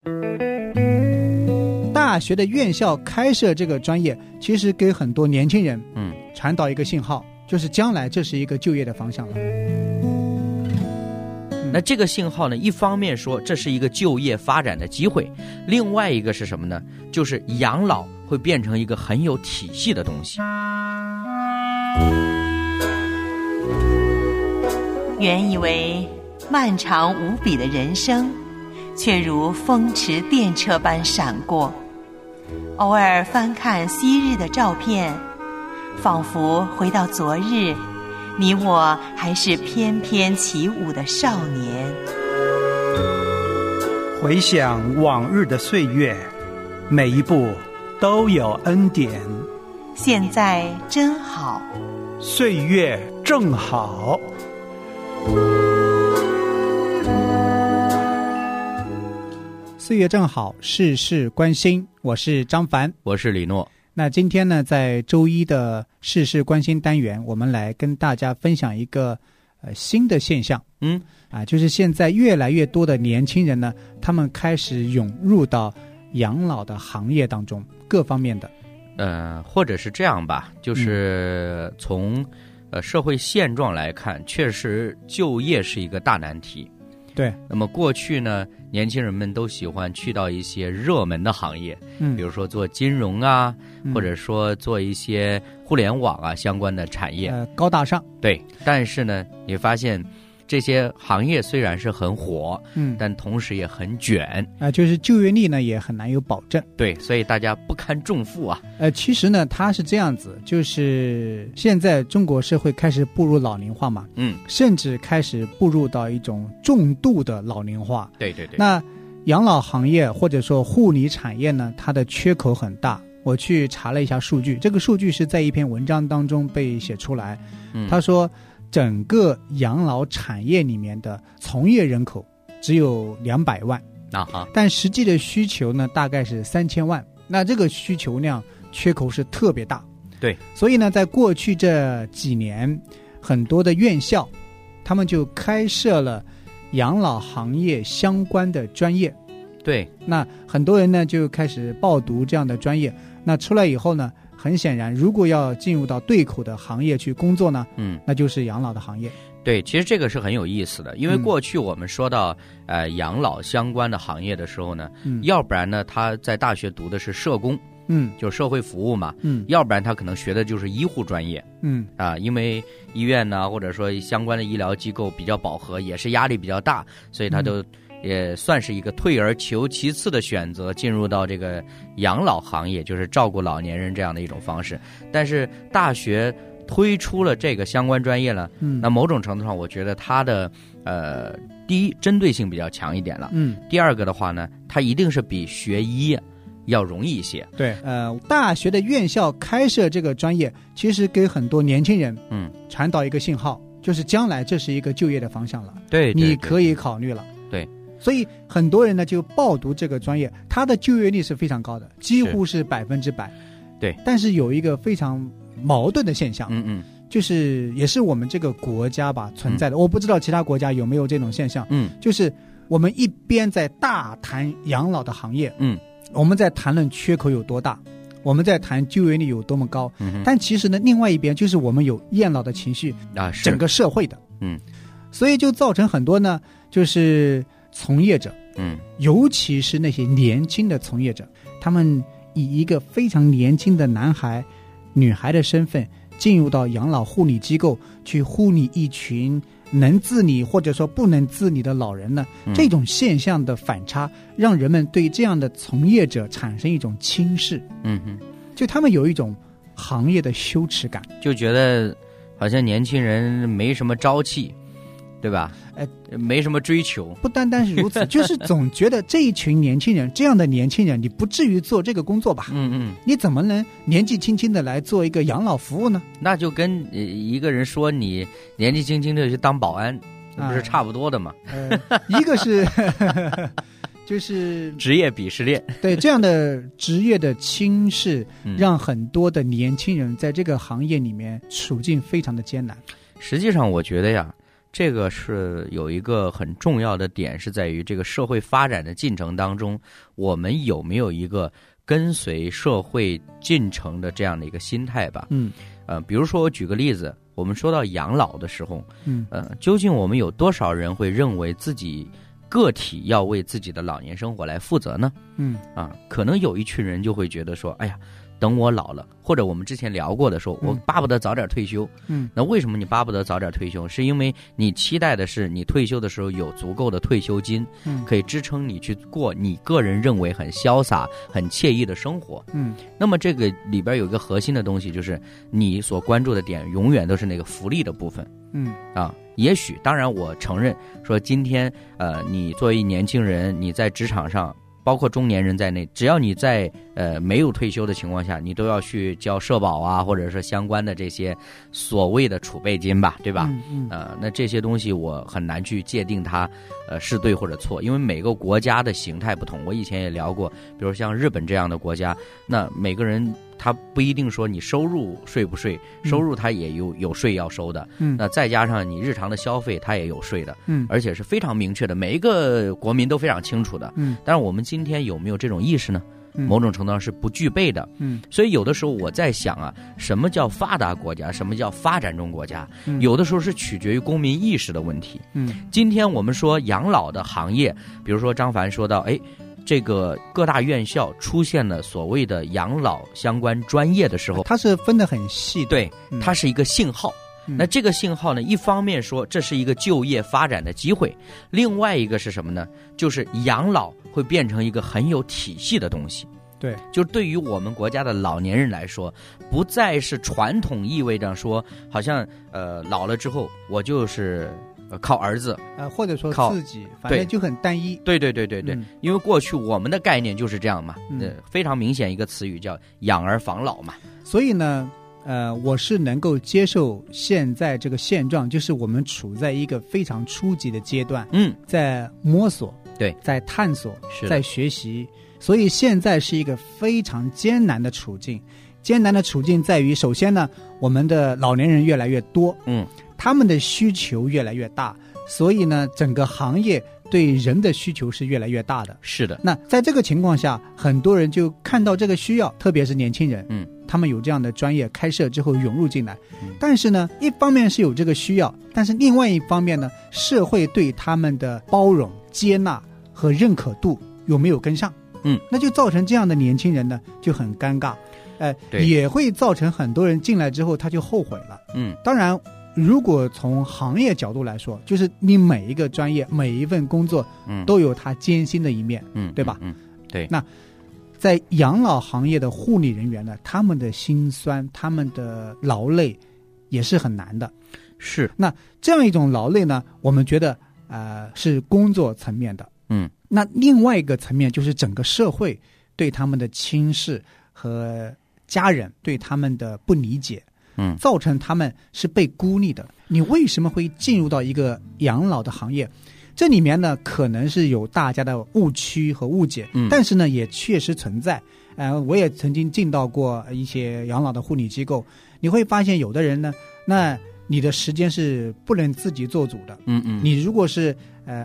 大学的院校开设这个专业，其实给很多年轻人传导一个信号，就是将来这是一个就业的方向了。 那这个信号呢，一方面说这是一个就业发展的机会，另外一个是什么呢？就是养老会变成一个很有体系的东西。 原以为漫长无比的人生，却如风驰电掣般闪过。偶尔翻看昔日的照片，仿佛回到昨日，你我还是翩翩起舞的少年。 回想往日的岁月，每一步都有恩典。 现在真好， 岁月正好。 岁月正好，事事关心。我是张凡， 我是李诺。 那今天呢，在周一的事事关心单元，我们来跟大家分享一个新的现象。就是现在越来越多的年轻人呢，他们开始涌入到养老的行业当中，各方面的。 或者是这样吧，就是从社会现状来看，确实就业是一个大难题。 对， 那么过去呢，年轻人们都喜欢去到一些热门的行业，比如说做金融啊，或者说做一些互联网啊相关的产业， 高大上。 对，但是呢，你发现这些行业虽然是很火，但同时也很卷， 就是就业率呢也很难有保证。 对，所以大家不堪重负啊。 其实呢，它是这样子，就是现在中国社会开始步入老龄化嘛，甚至开始步入到一种重度的老龄化。 对对对。 那养老行业或者说护理产业呢，它的缺口很大。我去查了一下数据，这个数据是在一篇文章当中被写出来。他说，整个养老产业里面的从业人口只有200万，但实际的需求呢大概是3000万。那这个需求量缺口是特别大。 对， 所以呢，在过去这几年，很多的院校他们就开设了养老行业相关的专业。 对， 那很多人呢就开始报读这样的专业。那出来以后呢，很显然，如果要进入到对口的行业去工作呢，那就是养老的行业。对， 其实这个是很有意思的，因为过去我们说到养老相关的行业的时候呢，要不然呢他在大学读的是社工，就是社会服务嘛，要不然他可能学的就是医护专业，因为医院呢或者说相关的医疗机构比较饱和，也是压力比较大，所以他就也算是一个退而求其次的选择，进入到这个养老行业，就是照顾老年人这样的一种方式。但是大学推出了这个相关专业了，那某种程度上我觉得它的第一针对性比较强一点了，第二个的话呢，它一定是比学医要容易一些。对， 大学的院校开设这个专业，其实给很多年轻人传导一个信号，就是将来这是一个就业的方向了。 对， 你可以考虑了。 对， 所以很多人呢就报读这个专业，它的就业率是非常高的，几乎是100%。 对， 但是有一个非常矛盾的现象，就是也是我们这个国家吧存在的，我不知道其他国家有没有这种现象，就是我们一边在大谈养老的行业，我们在谈论缺口有多大，我们在谈就业率有多么高，但其实呢，另外一边就是我们有厌老的情绪整个社会的，所以就造成很多呢，就是从业者，尤其是那些年轻的从业者，他们以一个非常年轻的男孩、女孩的身份进入到养老护理机构去护理一群能自理或者说不能自理的老人呢，这种现象的反差让人们对这样的从业者产生一种轻视，就他们有一种行业的羞耻感， 就觉得好像年轻人没什么朝气，对吧？没什么追求。不单单是如此， 就是总觉得这一群年轻人，这样的年轻人，你不至于做这个工作吧？你怎么能年纪轻轻的来做一个养老服务呢？ 那就跟一个人说你年纪轻轻的去当保安，那不是差不多的吗？ 一个是就是职业鄙视链， 对这样的职业的轻视，让很多的年轻人在这个行业里面处境非常的艰难。 实际上，我觉得呀， 这个是有一个很重要的点，是在于这个社会发展的进程当中，我们有没有一个跟随社会进程的这样的一个心态吧。比如说我举个例子，我们说到养老的时候，究竟我们有多少人会认为自己个体要为自己的老年生活来负责呢？可能有一群人就会觉得说，哎呀，等我老了，或者我们之前聊过的说，我巴不得早点退休。那为什么你巴不得早点退休？是因为你期待的是你退休的时候有足够的退休金，可以支撑你去过你个人认为很潇洒很惬意的生活。那么这个里边有一个核心的东西，就是你所关注的点永远都是那个福利的部分。也许当然我承认说今天你作为年轻人，你在职场上包括中年人在内，只要你在没有退休的情况下，你都要去交社保啊，或者是相关的这些所谓的储备金吧，对吧？那这些东西我很难去界定它是对或者错，因为每个国家的形态不同。我以前也聊过，比如像日本这样的国家，那每个人他不一定说你收入税不税，收入他也有税要收的。那再加上你日常的消费他也有税的。而且是非常明确的，每一个国民都非常清楚的。但是我们今天有没有这种意识呢？某种程度上是不具备的。所以有的时候我在想啊，什么叫发达国家，什么叫发展中国家，有的时候是取决于公民意识的问题。今天我们说养老的行业，比如说张凡说到，这个各大院校出现了所谓的养老相关专业的时候， 它是分得很细的。 对，它是一个信号。那这个信号呢，一方面说这是一个就业发展的机会，另外一个是什么呢？就是养老会变成一个很有体系的东西。 对， 就对于我们国家的老年人来说，不再是传统意味着说好像老了之后我就是靠儿子或者说自己，反正就很单一。 对，因为过去我们的概念就是这样嘛。非常明显一个词语叫养儿防老嘛。 所以呢我是能够接受现在这个现状，就是我们处在一个非常初级的阶段，在摸索， 对， 在探索，在学习。所以现在是一个非常艰难的处境。艰难的处境在于，首先呢，我们的老年人越来越多，他们的需求越来越大，所以呢，整个行业对人的需求是越来越大的。 是的。 那在这个情况下，很多人就看到这个需要，特别是年轻人，他们有这样的专业开设之后涌入进来。但是呢，一方面是有这个需要，但是另外一方面呢，社会对他们的包容、接纳和认可度有没有跟上？那就造成这样的年轻人呢就很尴尬，也会造成很多人进来之后他就后悔了。当然如果从行业角度来说，就是你每一个专业每一份工作都有它艰辛的一面，对吧？ 对。 那在养老行业的护理人员呢，他们的辛酸，他们的劳累也是很难的。 是。 那这样一种劳累呢，我们觉得是工作层面的。那另外一个层面就是整个社会对他们的轻视和家人对他们的不理解，造成他们是被孤立的。你为什么会进入到一个养老的行业？这里面呢，可能是有大家的误区和误解，但是呢，也确实存在。我也曾经进到过一些养老的护理机构，你会发现有的人呢，那你的时间是不能自己做主的。你如果是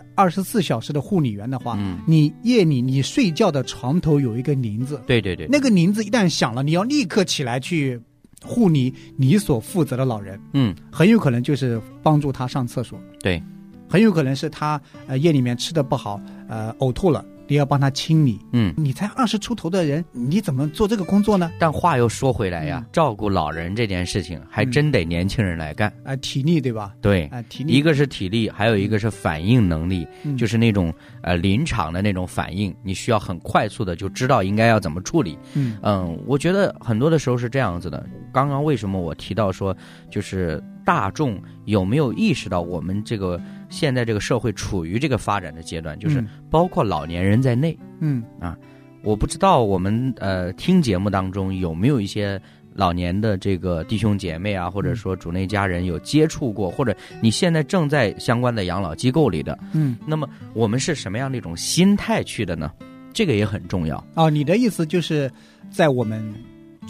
24小时的护理员的话，你夜里你睡觉的床头有一个铃子， 对， 那个铃子一旦响了，你要立刻起来去护理你所负责的老人。很有可能就是帮助他上厕所， 对， 很有可能是他夜里面吃的不好，呕吐了，你要帮他清理。你才20出头的人，你怎么做这个工作呢？ 但话又说回来呀，照顾老人这件事情还真得年轻人来干。 体力对吧？ 对， 体力， 一个是体力，还有一个是反应能力，就是那种临场的那种反应，你需要很快速的就知道应该要怎么处理。我觉得很多的时候是这样子的。刚刚为什么我提到说，就是大众有没有意识到我们这个现在这个社会处于这个发展的阶段，就是包括老年人在内。我不知道我们听节目当中有没有一些老年的这个弟兄姐妹啊，或者说主内家人有接触过，或者你现在正在相关的养老机构里的，那么我们是什么样的一种心态去的呢？这个也很重要。 你的意思就是在我们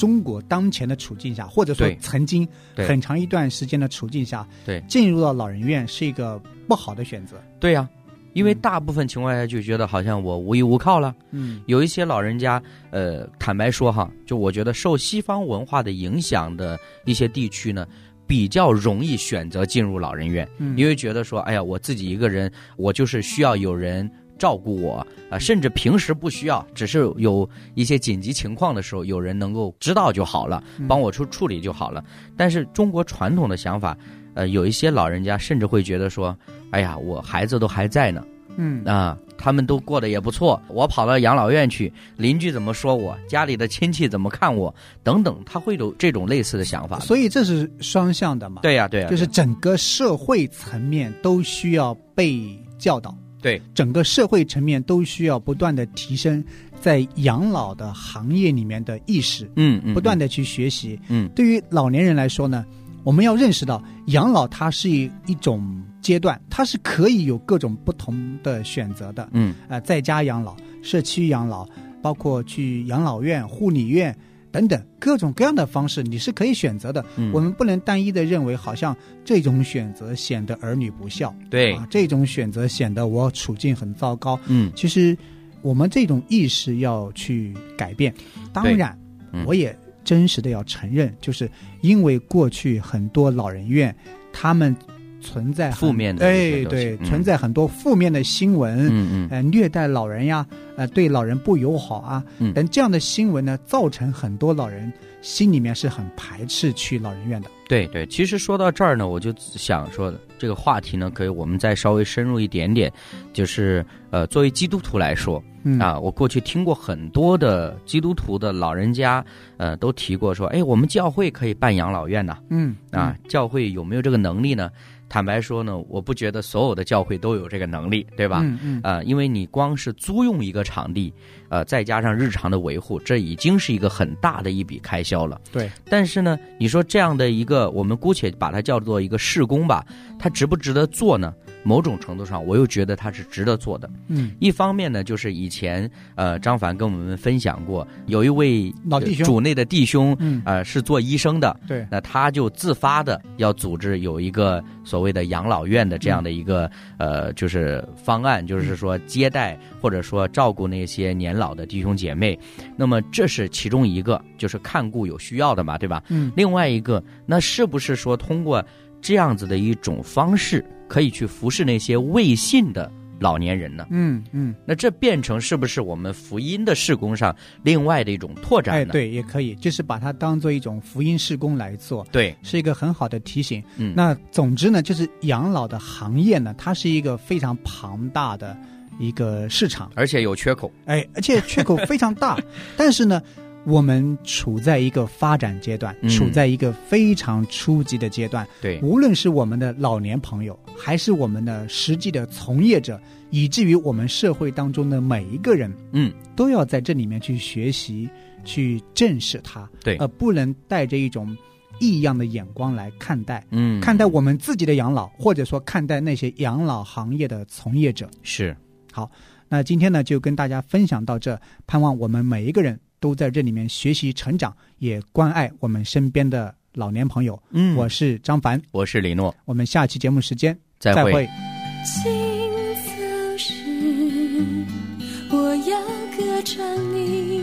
中国当前的处境下，或者说曾经很长一段时间的处境下， 对， 进入到老人院是一个不好的选择。 对呀，因为大部分情况下就觉得好像我无依无靠了。有一些老人家，坦白说哈，就我觉得受西方文化的影响的一些地区呢，比较容易选择进入老人院，因为觉得说，哎呀，我自己一个人，我就是需要有人照顾我甚至平时不需要，只是有一些紧急情况的时候，有人能够知道就好了，帮我处理就好了。但是中国传统的想法，有一些老人家甚至会觉得说，哎呀，我孩子都还在呢，他们都过得也不错，我跑到养老院去，邻居怎么说我，家里的亲戚怎么看我等等，他会有这种类似的想法。 所以这是双向的嘛？ 对呀，对呀， 就是整个社会层面都需要被教导， 对， 整个社会层面都需要不断的提升在养老的行业里面的意识，不断的去学习。对于老年人来说呢，我们要认识到养老它是一种阶段，它是可以有各种不同的选择的。在家养老、社区养老，包括去养老院、护理院等等各种各样的方式，你是可以选择的。我们不能单一的认为好像这种选择显得儿女不孝， 对这种选择显得我处境很糟糕。其实我们这种意识要去改变。当然我也真实的要承认，就是因为过去很多老人院他们存在负面的， 对，存在很多负面的新闻，虐待老人呀，对老人不友好啊，等这样的新闻呢，造成很多老人心里面是很排斥去老人院的。 对对，其实说到这儿呢，我就想说这个话题呢，可以我们再稍微深入一点点，就是作为基督徒来说，我过去听过很多的基督徒的老人家，都提过说，哎，我们教会可以办养老院呐，教会有没有这个能力呢？坦白说呢，我不觉得所有的教会都有这个能力，对吧？因为你光是租用一个场地，再加上日常的维护，这已经是一个很大的一笔开销了。 对。 但是呢，你说这样的一个，我们姑且把它叫做一个事工吧，它值不值得做呢？某种程度上，我又觉得它是值得做的。一方面呢，就是以前张凡跟我们分享过，有一位老弟兄， 主内的弟兄，是做医生的， 对， 那他就自发的要组织有一个所谓的养老院的这样的一个就是方案，就是说接待或者说照顾那些年老的弟兄姐妹。那么这是其中一个，就是看顾有需要的嘛，对吧？另外一个，那是不是说通过这样子的一种方式，可以去服侍那些未信的老年人呢？那这变成是不是我们福音的事工上另外的一种拓展呢？ 对，也可以，就是把它当做一种福音事工来做， 对， 是一个很好的提醒。那总之呢，就是养老的行业呢，它是一个非常庞大的一个市场， 而且有缺口， 而且缺口非常大。但是呢，我们处在一个发展阶段，处在一个非常初级的阶段。 对， 无论是我们的老年朋友，还是我们的实际的从业者，以至于我们社会当中的每一个人，都要在这里面去学习，去正视它。 对， 不能带着一种异样的眼光来看待，看待我们自己的养老，或者说看待那些养老行业的从业者。 是， 好，那今天呢，就跟大家分享到这，盼望我们每一个人都在这里面学习成长，也关爱我们身边的老年朋友。我是张凡， 我是李诺， 我们下期节目时间再会。 行走时，我要歌唱你。